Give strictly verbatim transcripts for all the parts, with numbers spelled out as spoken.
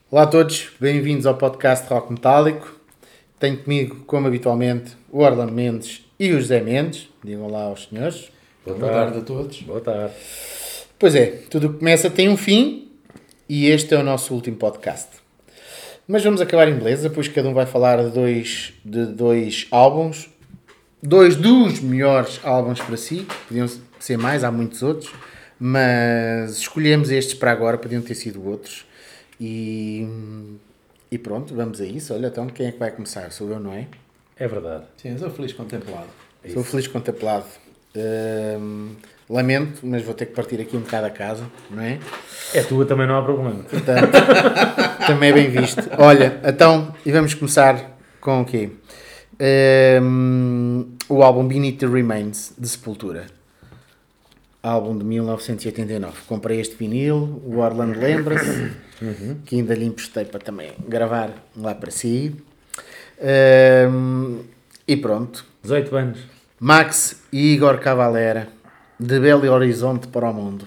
Olá a todos, bem-vindos ao podcast Rock Metálico. Tenho comigo, como habitualmente, o Orlando Mendes e o José Mendes. Digam lá aos senhores. Boa, Boa tarde. tarde a todos. Boa tarde. Pois é, tudo o que começa tem um fim e este é o nosso último podcast. Mas vamos acabar em beleza, pois cada um vai falar de dois, de dois álbuns. Dois dos melhores álbuns para si. Podiam ser mais, há muitos outros. Mas escolhemos estes para agora, podiam ter sido outros. E, e pronto, vamos a isso. Olha, então quem é que vai começar? Sou eu, não é? É verdade. Sim, sou feliz contemplado. É sou feliz contemplado. Hum, lamento, mas vou ter que partir aqui um bocado a casa, não é? É tua, também não há problema. Portanto, também é bem visto. Olha, então, e vamos começar com o quê? Um, o álbum Beneath the Remains, de Sepultura. Álbum de mil novecentos e oitenta e nove. Comprei este vinil, o Orlando lembra-se, uhum. que ainda lhe emprestei para também gravar lá para si. Um, e pronto. dezoito anos. Max e Igor Cavalera, de Belo Horizonte para o mundo.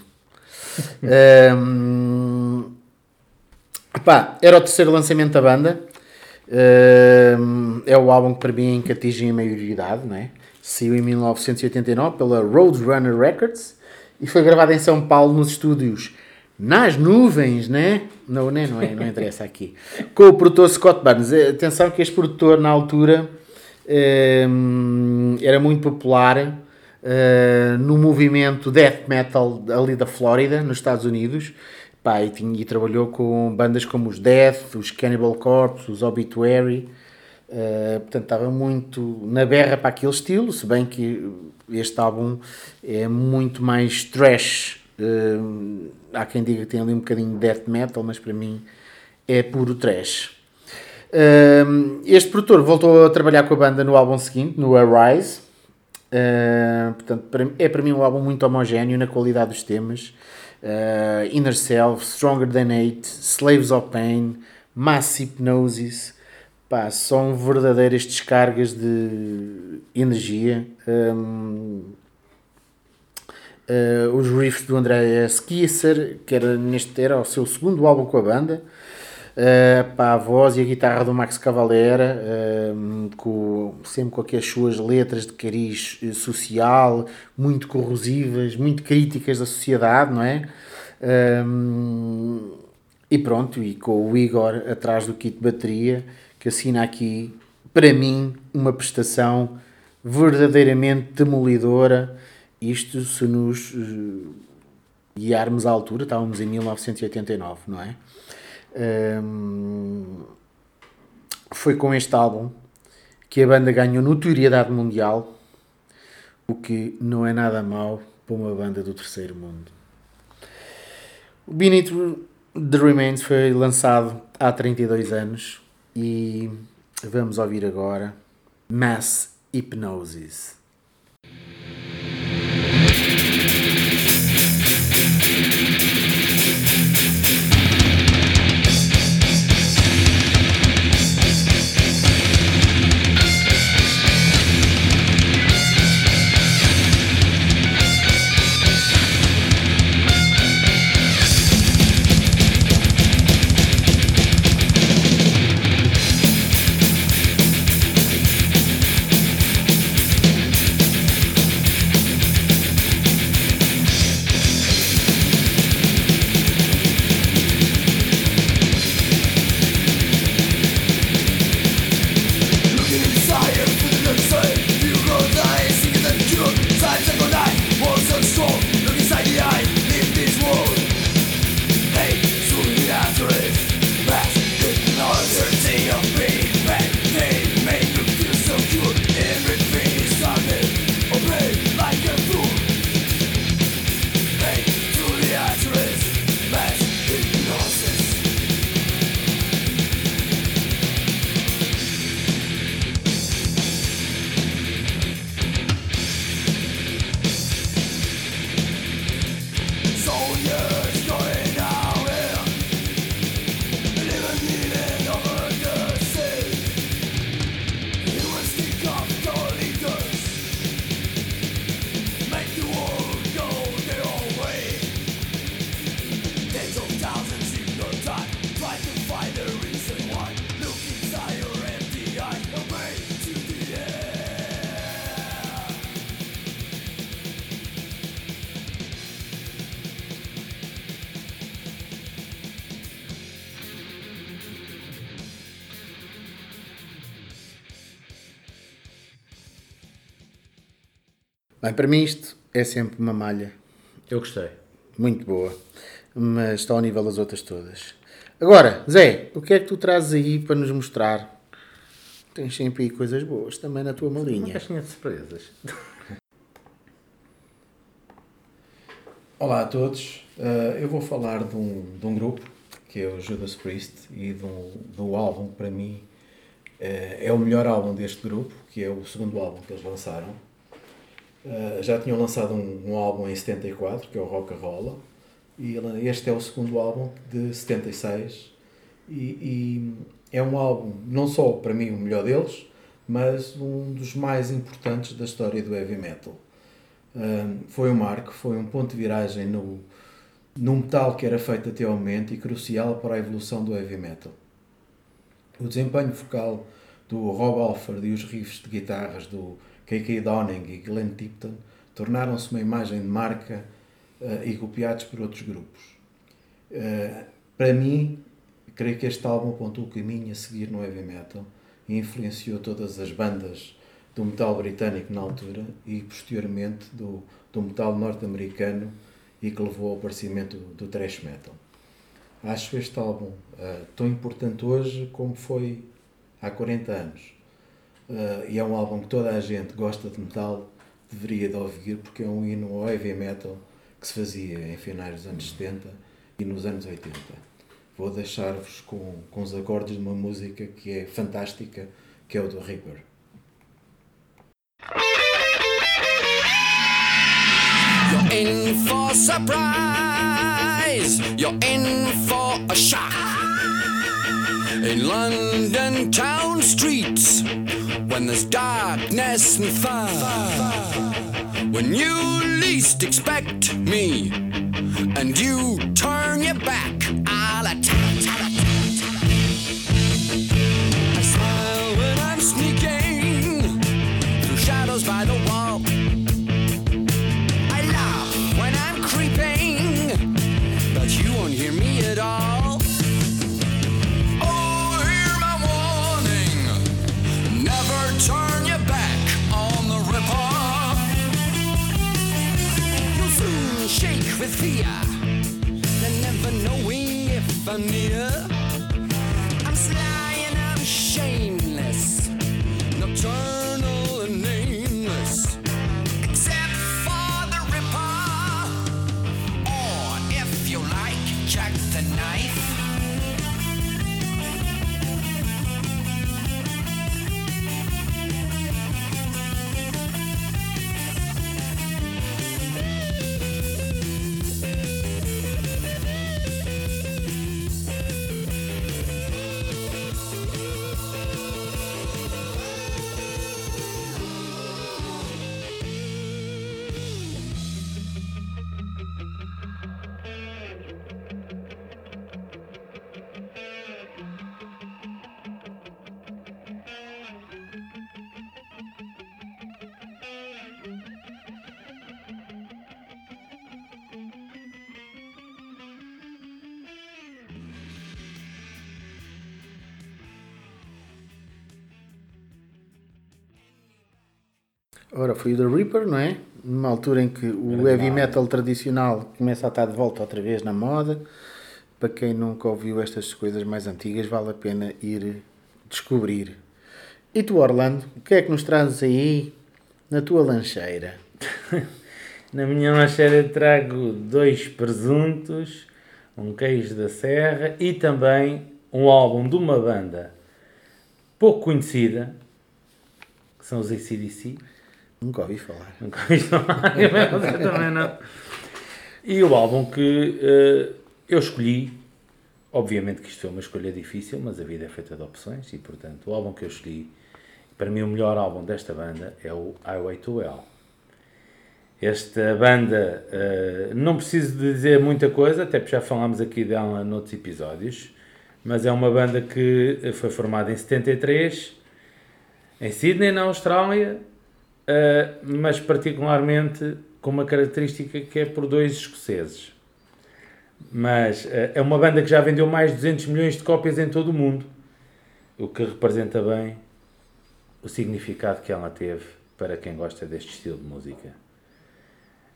um, pá, era o terceiro lançamento da banda. Um, é o álbum que para mim que atinge a maioridade, não é? Saiu em mil novecentos e oitenta e nove pela Roadrunner Records e foi gravado em São Paulo nos estúdios Nas Nuvens, né? Não, não, não, é, não interessa aqui. Com o produtor Scott Burns. Atenção que este produtor na altura um, era muito popular uh, no movimento death metal ali da Flórida, nos Estados Unidos. Pá, e, tinha, e trabalhou com bandas como os Death, os Cannibal Corpse, os Obituary. Uh, portanto, estava muito na berra para aquele estilo, se bem que este álbum é muito mais thrash. Uh, há quem diga que tem ali um bocadinho de death metal, mas para mim é puro thrash. Uh, este produtor voltou a trabalhar com a banda no álbum seguinte, no Arise. Uh, portanto, para, é para mim um álbum muito homogéneo na qualidade dos temas. Uh, Inner Self, Stronger Than Hate, Slaves of Pain, Mass Hypnosis. Pá, são verdadeiras descargas de energia. Um, uh, os riffs do André Kisser, que era, neste, era o seu segundo álbum com a banda. Uh, pá, a voz e a guitarra do Max Cavalera, um, com, sempre com aquelas suas letras de cariz social, muito corrosivas, muito críticas da sociedade, não é? Um, e pronto, e com o Igor atrás do kit de bateria, que assina aqui, para mim, uma prestação verdadeiramente demolidora. Isto se nos uh, guiarmos à altura, estávamos em mil novecentos e oitenta e nove, não é? Um, foi com este álbum que a banda ganhou notoriedade mundial, o que não é nada mau para uma banda do terceiro mundo. O Beneath the Remains foi lançado há trinta e dois anos. E vamos ouvir agora Mass Hypnosis. Bem, para mim isto é sempre uma malha Eu gostei. muito boa, mas está ao nível das outras todas. Agora, Zé, o que é que tu trazes aí para nos mostrar? Tens sempre aí coisas boas também na tua Uma malinha. caixinha de surpresas. Olá a todos. Uh, eu vou falar de um, de um grupo que é o Judas Priest e de um, do álbum que para mim uh, é o melhor álbum deste grupo, que é o segundo álbum que eles lançaram. Uh, já tinham lançado um, um álbum em setenta e quatro, que é o Rock'n'Rolla, e este é o segundo álbum de setenta e seis, e, e é um álbum, não só para mim o melhor deles, mas um dos mais importantes da história do heavy metal. Uh, foi um marco, foi um ponto de viragem no, no metal que era feito até ao momento e crucial para a evolução do heavy metal. O desempenho vocal do Rob Halford e os riffs de guitarras do K K Downing e Glenn Tipton tornaram-se uma imagem de marca uh, e copiados por outros grupos. Uh, para mim, creio que este álbum apontou o caminho a seguir no heavy metal e influenciou todas as bandas do metal britânico na altura e posteriormente do, do metal norte-americano, e que levou ao aparecimento do, do thrash metal. Acho este álbum uh, tão importante hoje como foi há quarenta anos. Uh, e é um álbum que toda a gente gosta de metal deveria de ouvir, porque é um hino ao heavy metal que se fazia em finais dos anos setenta e nos anos oitenta. Vou deixar-vos com, com os acordes de uma música que é fantástica, que é o do Reaper. You're in for surprise, you're in for a shock. In London town streets, when there's darkness and fog, when you least expect me, and you turn your back, I'll attack. I smile when I'm sneaking through shadows by the wall. I laugh when I'm creeping, but you won't hear me at all. Oh, hear my warning, never turn your back on the rip-off. You'll soon shake with fear, and never knowing if I'm near. I'm sly and I'm shameless, nocturnal and nameless, except for the Ripper, or if you like, Jack the Knife. Ora, foi o The Reaper, não é? Numa altura em que o heavy metal tradicional começa a estar de volta outra vez na moda. Para quem nunca ouviu estas coisas mais antigas, vale a pena ir descobrir. E tu, Orlando, o que é que nos trazes aí na tua lancheira? Na minha lancheira trago dois presuntos, um queijo da serra e também um álbum de uma banda pouco conhecida, que são os A C D C. Nunca ouvi falar. Nunca ouvi falar, eu também não. E o álbum que uh, eu escolhi, obviamente que isto foi uma escolha difícil, mas a vida é feita de opções e, portanto, o álbum que eu escolhi, para mim o melhor álbum desta banda é o Highway to Hell. Esta banda, uh, não preciso de dizer muita coisa, até porque já falámos aqui dela noutros episódios, mas é uma banda que foi formada em setenta e três, em Sydney, na Austrália, uh, mas particularmente com uma característica que é por dois escoceses. Mas uh, é uma banda que já vendeu mais de duzentos milhões de cópias em todo o mundo, o que representa bem o significado que ela teve para quem gosta deste estilo de música.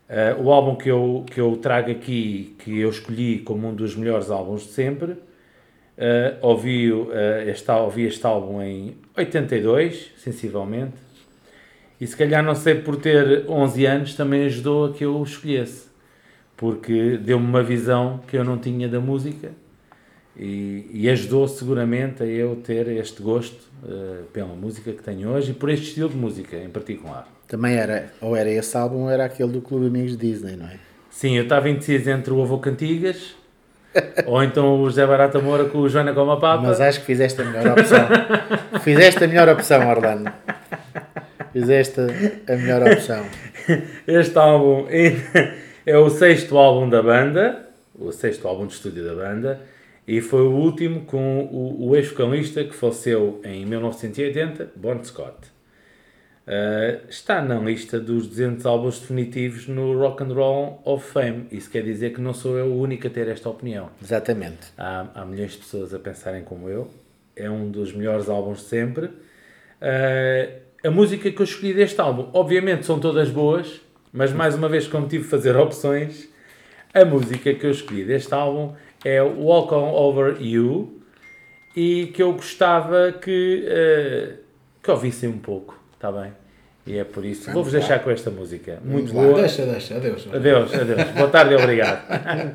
Uh, o álbum que eu, que eu trago aqui, que eu escolhi como um dos melhores álbuns de sempre, uh, ouvi, uh, este, ouvi este álbum em oitenta e dois, sensivelmente, e se calhar, não sei, por ter onze anos, também ajudou a que eu o escolhesse, porque deu-me uma visão que eu não tinha da música, e, e ajudou seguramente a eu ter este gosto uh, pela música que tenho hoje, e por este estilo de música em particular. Também era, ou era esse álbum ou era aquele do Clube Amigos Disney, não é? Sim, eu estava indeciso entre o Avô Cantigas ou então o José Barata Moura com o Joana Goma Papa. Mas acho que fizeste a melhor opção. Fizeste a melhor opção, Orlando. Fizeste a melhor opção. Este álbum é o sexto álbum da banda, o sexto álbum de estúdio da banda, e foi o último com o, o ex-vocalista que faleceu em mil novecentos e oitenta, Bon Scott. Uh, está na lista dos duzentos álbuns definitivos no Rock and Roll of Fame. Isso quer dizer que não sou eu o único a ter esta opinião. Exatamente. Há, há milhões de pessoas a pensarem como eu. É um dos melhores álbuns de sempre. Uh, a música que eu escolhi deste álbum, obviamente são todas boas, mas mais uma vez, como tive de fazer opções, a música que eu escolhi deste álbum é Walk On Over You, e que eu gostava que, uh, que ouvissem um pouco. Está bem? E é por isso. Vou-vos deixar com esta música. Muito Vamos lá. boa. Deixa, deixa. Adeus. Adeus, adeus. Boa tarde e obrigado.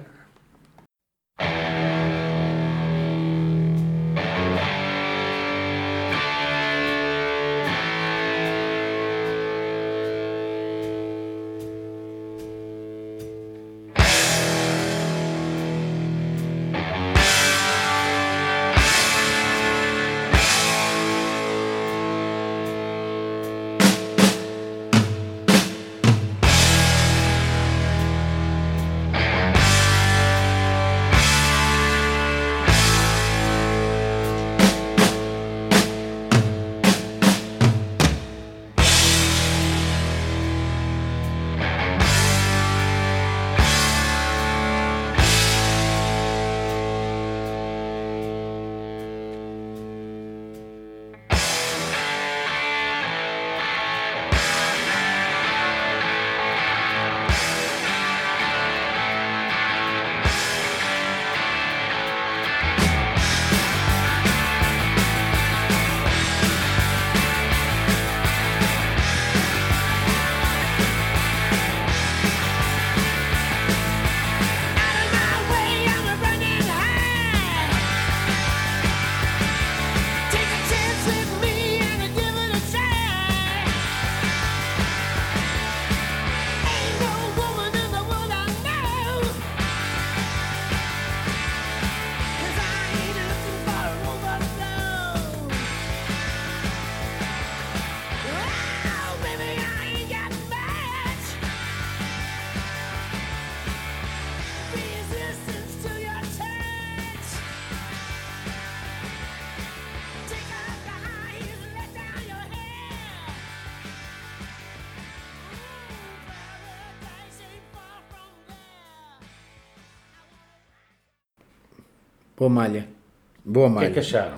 Boa malha. Boa O que malha. é que acharam?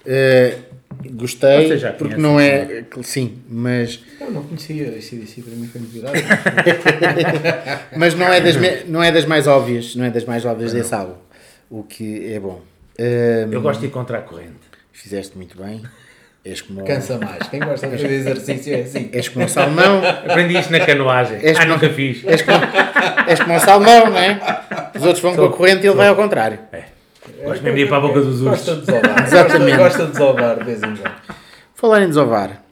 Uh, gostei, Vocês já porque conhecem, não é... Sim, mas... Eu não conhecia A C D C, para mim foi novidade. mas não é, das me- não é das mais óbvias, não é das mais óbvias desse álbum, o que é bom. Um, Eu gosto de ir contra a corrente. Fizeste muito bem. És como, Cansa mais. Quem gosta de fazer exercício é assim. és como um salmão. Aprendi isto na canoagem. És ah, como- nunca fiz. És como, és como um salmão, não é? Os outros vão com a corrente e ele vai ao contrário. É. Gosto mesmo de ir para a boca dos ursos. Gosta de desovar. Exatamente. Gosta, gosta de desovar de vez em quando. Falar em desovar.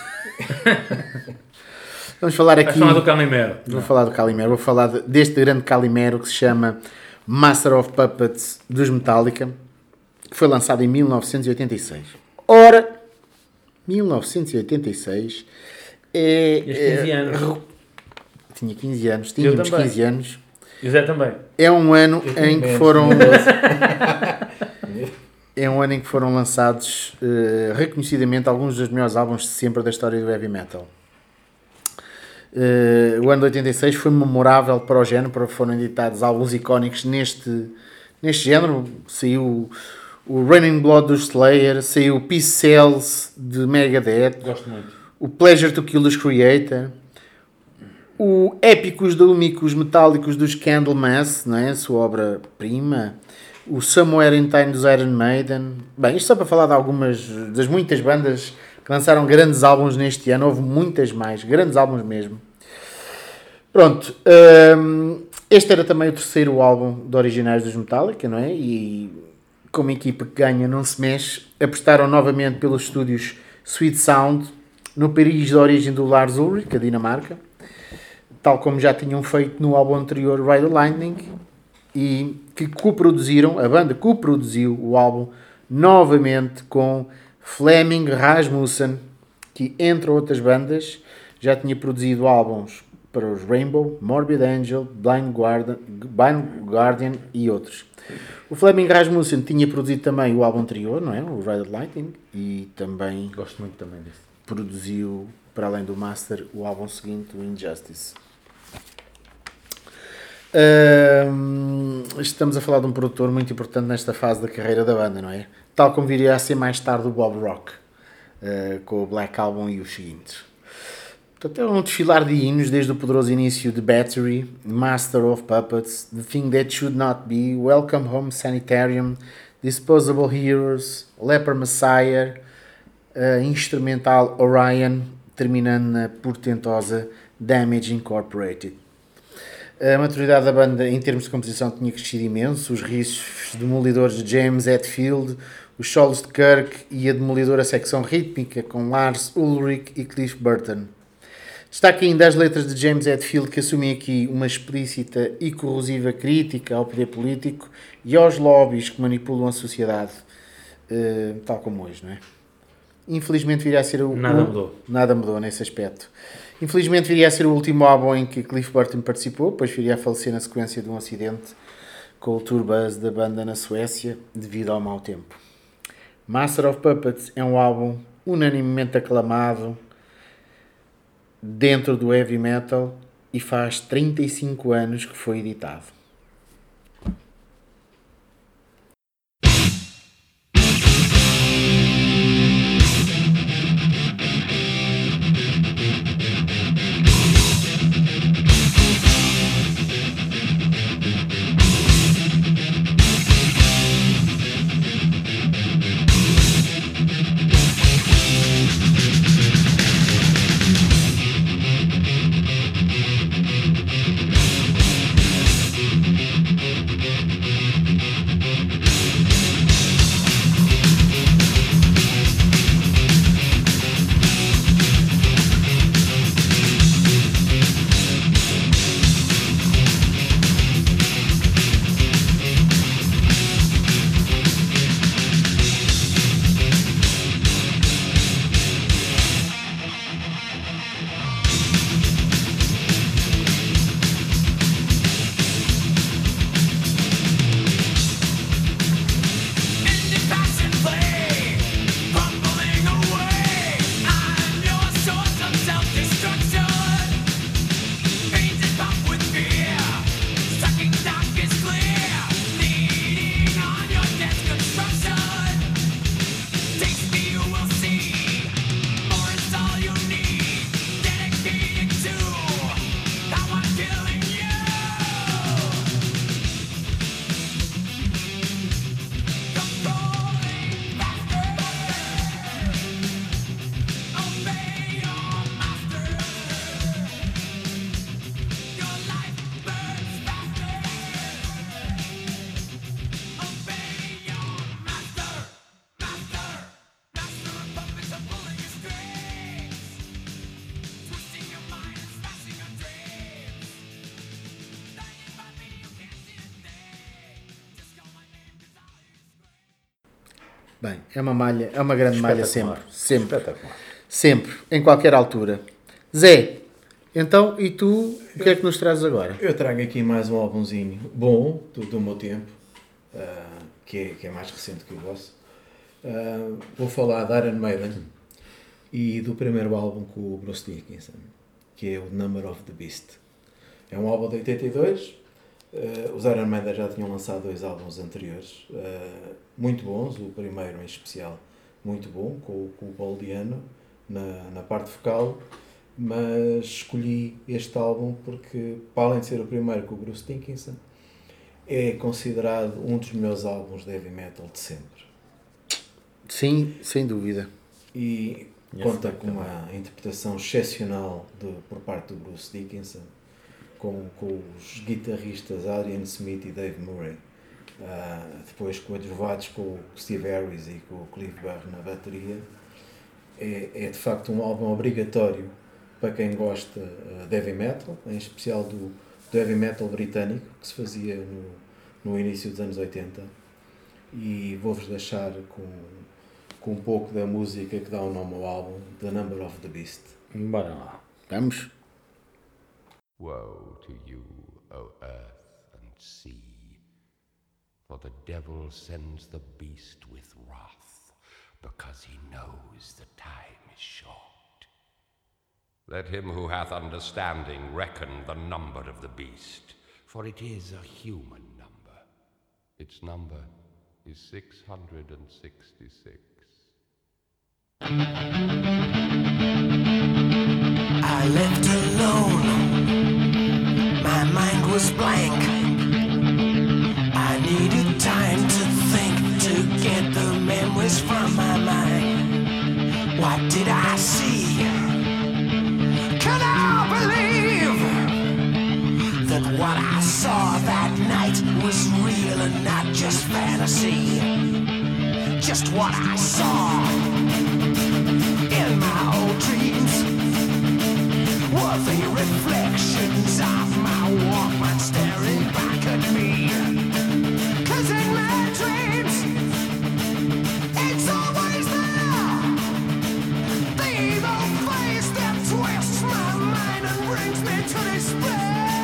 Vamos falar Vais aqui... falar do Calimero. Vou falar do Calimero, vou falar de- deste grande Calimero que se chama Master of Puppets dos Metallica, que foi lançado em mil novecentos e oitenta e seis. Ora, mil novecentos e oitenta e seis é... Tinhas quinze é- anos. Tinha quinze anos, tínhamos também. quinze anos. E o Zé também. É um ano Eu tenho em que menos, foram... menos. É um ano em que foram lançados eh, reconhecidamente alguns dos melhores álbuns de sempre da história do heavy metal. Eh, o ano de oitenta e seis foi memorável para o género, porque foram editados álbuns icónicos neste, neste género. Saiu o Raining Blood dos Slayer, saiu o Peace Cells de Megadeth, Gosto muito. o Pleasure to Kill dos Creator, o Épicos Dúmicos Metálicos dos Candlemass, não é? A sua obra-prima. O Somewhere in Time dos Iron Maiden. Bem, isto só para falar de algumas, das muitas bandas que lançaram grandes álbuns neste ano. Houve muitas mais, grandes álbuns mesmo. Pronto, hum, este era também o terceiro álbum de originais dos Metallica, não é? E como equipa que ganha não se mexe, apostaram novamente pelos estúdios Sweet Sound no país de origem do Lars Ulrich, a Dinamarca, tal como já tinham feito no álbum anterior Ride the Lightning, e que coproduziram, a banda coproduziu o álbum novamente com Flemming Rasmussen, que entre outras bandas já tinha produzido álbuns para os Rainbow, Morbid Angel, Blind Guardian, Blind Guardian e outros. O Flemming Rasmussen tinha produzido também o álbum anterior, não é? O Ride the Lightning, e também Gosto muito também desse. produziu, para além do Master, o álbum seguinte, o Injustice. Hum, estamos a falar de um produtor muito importante nesta fase da carreira da banda, não é? Tal como viria a ser mais tarde o Bob Rock, uh, com o Black Album e os seguintes. Portanto, é um desfilar de hinos desde o poderoso início de Battery, Master of Puppets, The Thing That Should Not Be, Welcome Home Sanitarium, Disposable Heroes, Leper Messiah, uh, instrumental Orion, terminando na portentosa Damage Incorporated. A maturidade da banda em termos de composição tinha crescido imenso, os riffs demolidores de James Hetfield, os solos de Kirk e a demolidora secção rítmica com Lars Ulrich e Cliff Burton. Destaque ainda as letras de James Hetfield, que assumem aqui uma explícita e corrosiva crítica ao poder político e aos lobbies que manipulam a sociedade, uh, tal como hoje, não é? Infelizmente viria a ser o... Nada o, mudou. Nada mudou nesse aspecto. Infelizmente viria a ser o último álbum em que Cliff Burton participou, pois viria a falecer na sequência de um acidente com o tour bus da banda na Suécia, devido ao mau tempo. Master of Puppets é um álbum unanimemente aclamado dentro do heavy metal e faz trinta e cinco anos que foi editado. Bem, é uma malha, é uma grande malha sempre, sempre, Espetacular. sempre, em qualquer altura. Zé, então, e tu, o que é que nos trazes agora? Eu trago aqui mais um álbumzinho bom do, do meu tempo, uh, que, é, que é mais recente que o vosso. Uh, vou falar de Iron Maiden e do primeiro álbum com o Bruce Dickinson, que é o Number of the Beast. É um álbum de oitenta e dois. Uh, os Iron Maiden já tinham lançado dois álbuns anteriores, uh, muito bons, o primeiro em especial muito bom, com, com o Paul Diano na, na parte vocal, mas escolhi este álbum porque, para além de ser o primeiro com o Bruce Dickinson, é considerado um dos melhores álbuns de heavy metal de sempre. Sim, sem dúvida. E E conta esse com uma interpretação excepcional de, por parte do Bruce Dickinson, com, com os guitarristas Adrian Smith e Dave Murray, uh, depois coadjuvados com o Steve Harris e com o Cliff Burr na bateria. É, é de facto um álbum obrigatório para quem gosta uh, de heavy metal, em especial do, do heavy metal britânico, que se fazia no, no início dos anos oitenta. E vou-vos deixar com, com um pouco da música que dá o nome ao álbum, The Number of the Beast. Bora lá. Vamos? Woe to you, O earth and sea, for the devil sends the beast with wrath, because he knows the time is short. Let him who hath understanding reckon the number of the beast, for it is a human number. Its number is six hundred sixty-six. I left alone. My mind was blank. I needed time to think, to get the memories from my mind. What did I see? Can I believe that what I saw that night was real and not just fantasy? Just what I saw in my old dreams were the reflections of my Walkman staring back at me. 'Cause in my dreams, it's always there, the evil face that twists my mind and brings me to despair.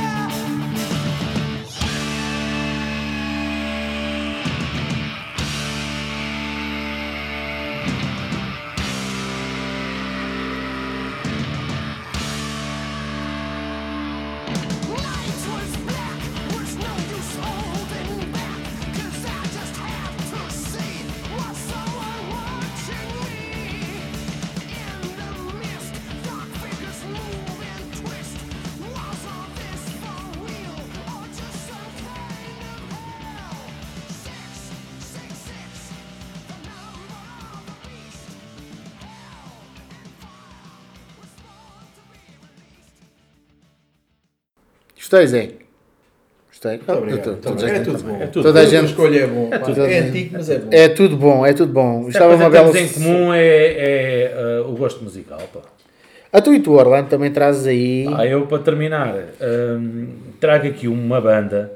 Night was black, was no use holding back, 'cause I just have to see, was someone watching me? In the mist, dark figures move and twist. Was all this for real, or just some kind of hell? Six, six, six, the number of the beast. Hell and fire was born to be released. Gostei, Zé. Gostei. Muito obrigado. Eu Muito tô- toda a obrigado. É gente- tudo bom. É tudo Toda a Toda gente- a escolha é bom. pá. tudo a É gente- antigo, mas é bom. É tudo bom, é tudo bom. Se Estava a uma coisa bela. temos em comum é, é, uh, o gosto musical. Pá. A tu e tu, Orlando, também trazes aí. Ah, eu, para terminar, hum, trago aqui uma banda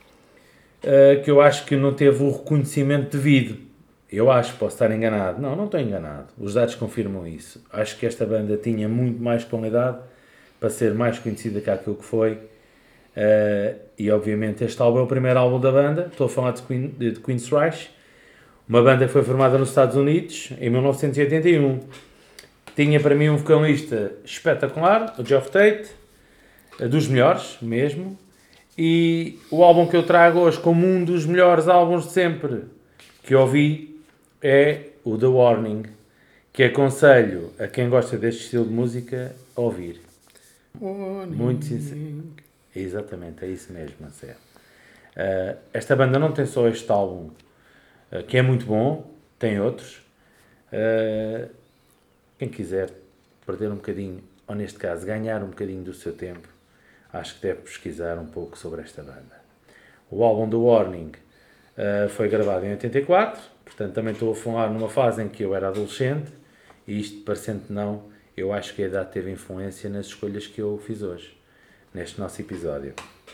uh, que eu acho que não teve o reconhecimento devido. Eu acho, posso estar enganado. Não, não estou enganado. Os dados confirmam isso. Acho que esta banda tinha muito mais qualidade para ser mais conhecida que aquilo que foi. Uh, e, obviamente, este álbum é o primeiro álbum da banda. Estou a falar de, Queen, de Queen's Rush. Uma banda que foi formada nos Estados Unidos em mil novecentos e oitenta e um. Tinha para mim um vocalista espetacular, o Geoff Tate, dos melhores mesmo, e o álbum que eu trago hoje como um dos melhores álbuns de sempre que ouvi é o The Warning, que aconselho a quem gosta deste estilo de música a ouvir. Muito sincero. Exatamente, é isso mesmo. É. Uh, esta banda não tem só este álbum, uh, que é muito bom, tem outros. Uh, Quem quiser perder um bocadinho, ou neste caso ganhar um bocadinho do seu tempo, acho que deve pesquisar um pouco sobre esta banda. O álbum do Warning uh, foi gravado em oitenta e quatro, portanto também estou a falar numa fase em que eu era adolescente, e isto, parecendo que não, eu acho que a idade teve influência nas escolhas que eu fiz hoje, neste nosso episódio.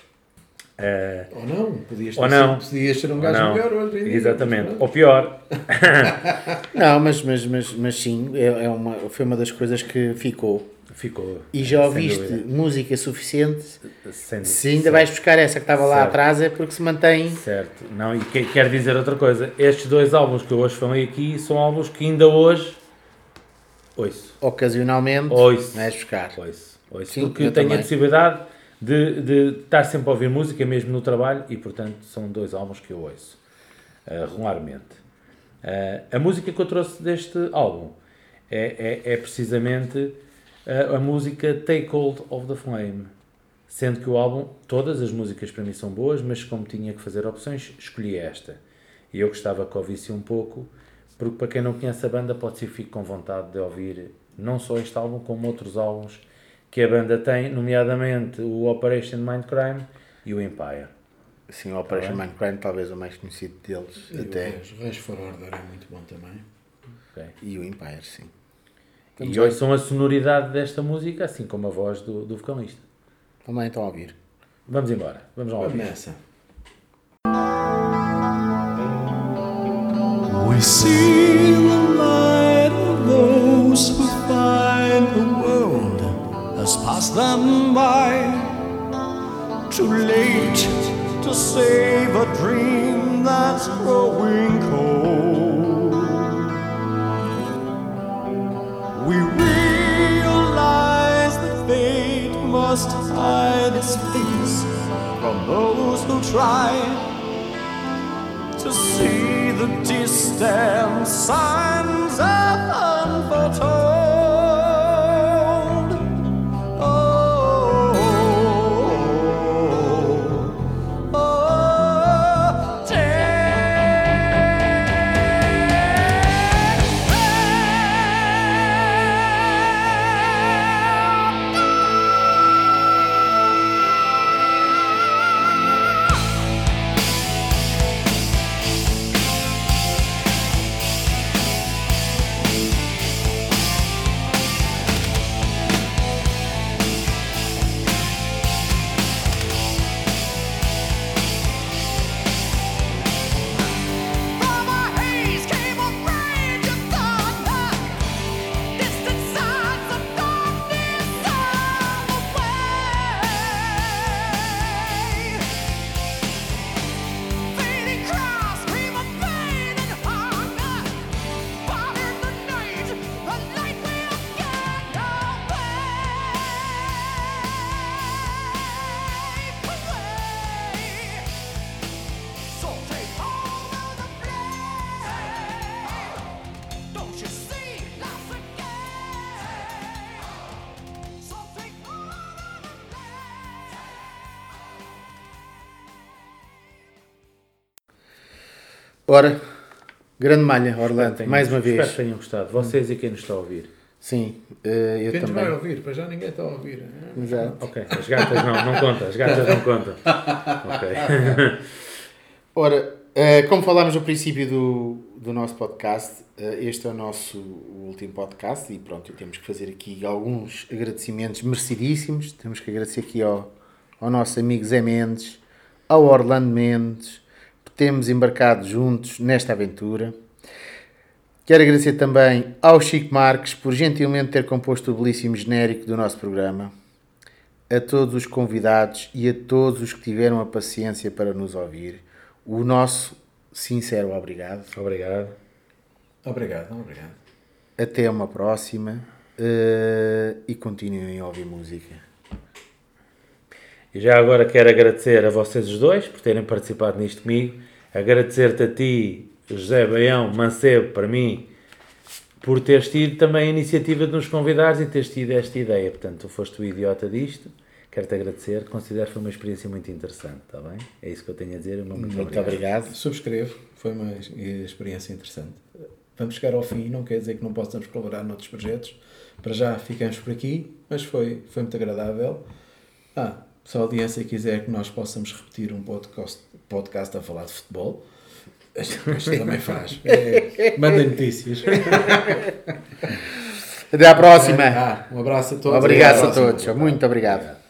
Uh, Ou não, podias, Ou ter não. sido- podias ser um Ou gajo não. melhor hoje em dia. Exatamente. Mas Ou pior, Não, mas, mas, mas, mas sim, é, é uma, foi uma das coisas que ficou. ficou. E já sem ouviste dúvida. música suficiente? Sem- Se ainda certo. vais buscar essa que estava lá Certo. atrás é porque se mantém. Certo. Não, e que, quero dizer outra coisa. Estes dois álbuns que eu hoje falei aqui são álbuns que ainda hoje ouço. Ocasionalmente Ouço. vais buscar. Ouço. ouço. Sim, Porque eu tenho também. a possibilidade de, de estar sempre a ouvir música, mesmo no trabalho, e portanto são dois álbuns que eu ouço uh, regularmente. Uh, a música que eu trouxe deste álbum é, é, é precisamente a, a música Take Hold of the Flame. Sendo que o álbum, todas as músicas para mim são boas, mas como tinha que fazer opções, escolhi esta. E eu gostava que ouvisse um pouco, porque para quem não conhece a banda, pode ser que fique com vontade de ouvir não só este álbum, como outros álbuns que a banda tem, nomeadamente o Operation Mindcrime e o Empire. Sim, o Operation Tá Mindcrime talvez o mais conhecido deles. E até. o Rage for Order é muito bom também. Okay. E o Empire, sim. E hoje são a sonoridade desta música, assim como a voz do, do vocalista. Vamos lá então ouvir. Vamos embora. Vamos lá Vamos ouvir. nessa. We see the light of those who find the world has passed them by. Too late to save a dream that's growing cold. We realize that fate must hide its face from those who try to see the distant signs of unforetold. Oh, oh, oh, take from a haze came a raging thunder, distant signs of darkness all the way. Fading cries scream of pain and hunger, but in the night, the light will get away, away. So take hold of the flame. Don't you see life's a game? So take hold of the flame. Ora, grande malha, Orlando, Tenham- mais uma Espero vez. que tenham gostado. Vocês e quem nos está a ouvir. Sim, eh, eu Quem nos vai também. ouvir? Para já ninguém está a ouvir. Exato. Ok, as gatas não, não conta. As gatas não contam. Ok. Ora, eh, como falámos no princípio do, do nosso podcast, eh, este é o nosso último podcast e pronto, temos que fazer aqui alguns agradecimentos merecidíssimos. Temos que agradecer aqui ao, ao nosso amigo Zé Mendes, ao Orlando Mendes, por termos embarcado juntos nesta aventura. Quero agradecer também ao Chico Marques por gentilmente ter composto o belíssimo genérico do nosso programa, a todos os convidados e a todos os que tiveram a paciência para nos ouvir. O nosso sincero obrigado. Obrigado. Obrigado, obrigado. Até uma próxima eh, e continuem a ouvir música. E já agora quero agradecer a vocês os dois por terem participado nisto comigo. Agradecer-te a ti, José Baião Mancebo, para mim, por teres tido também a iniciativa de nos convidares e teres tido esta ideia. Portanto, tu foste o idiota disto. Quero-te agradecer. Considero que foi uma experiência muito interessante, está bem? É isso que eu tenho a dizer. Muito, Muito obrigado. obrigado. Subscrevo, foi uma experiência interessante. Vamos chegar ao fim, não quer dizer que não possamos colaborar noutros projetos. Para já ficamos por aqui, mas foi, foi muito agradável. Ah, se a audiência quiser que nós possamos repetir um podcast, podcast a falar de futebol, a gente depois também faz. É, mandem notícias. Até à próxima. Ah, um abraço a todos. Obrigado Até à a próxima. todos. Muito obrigado.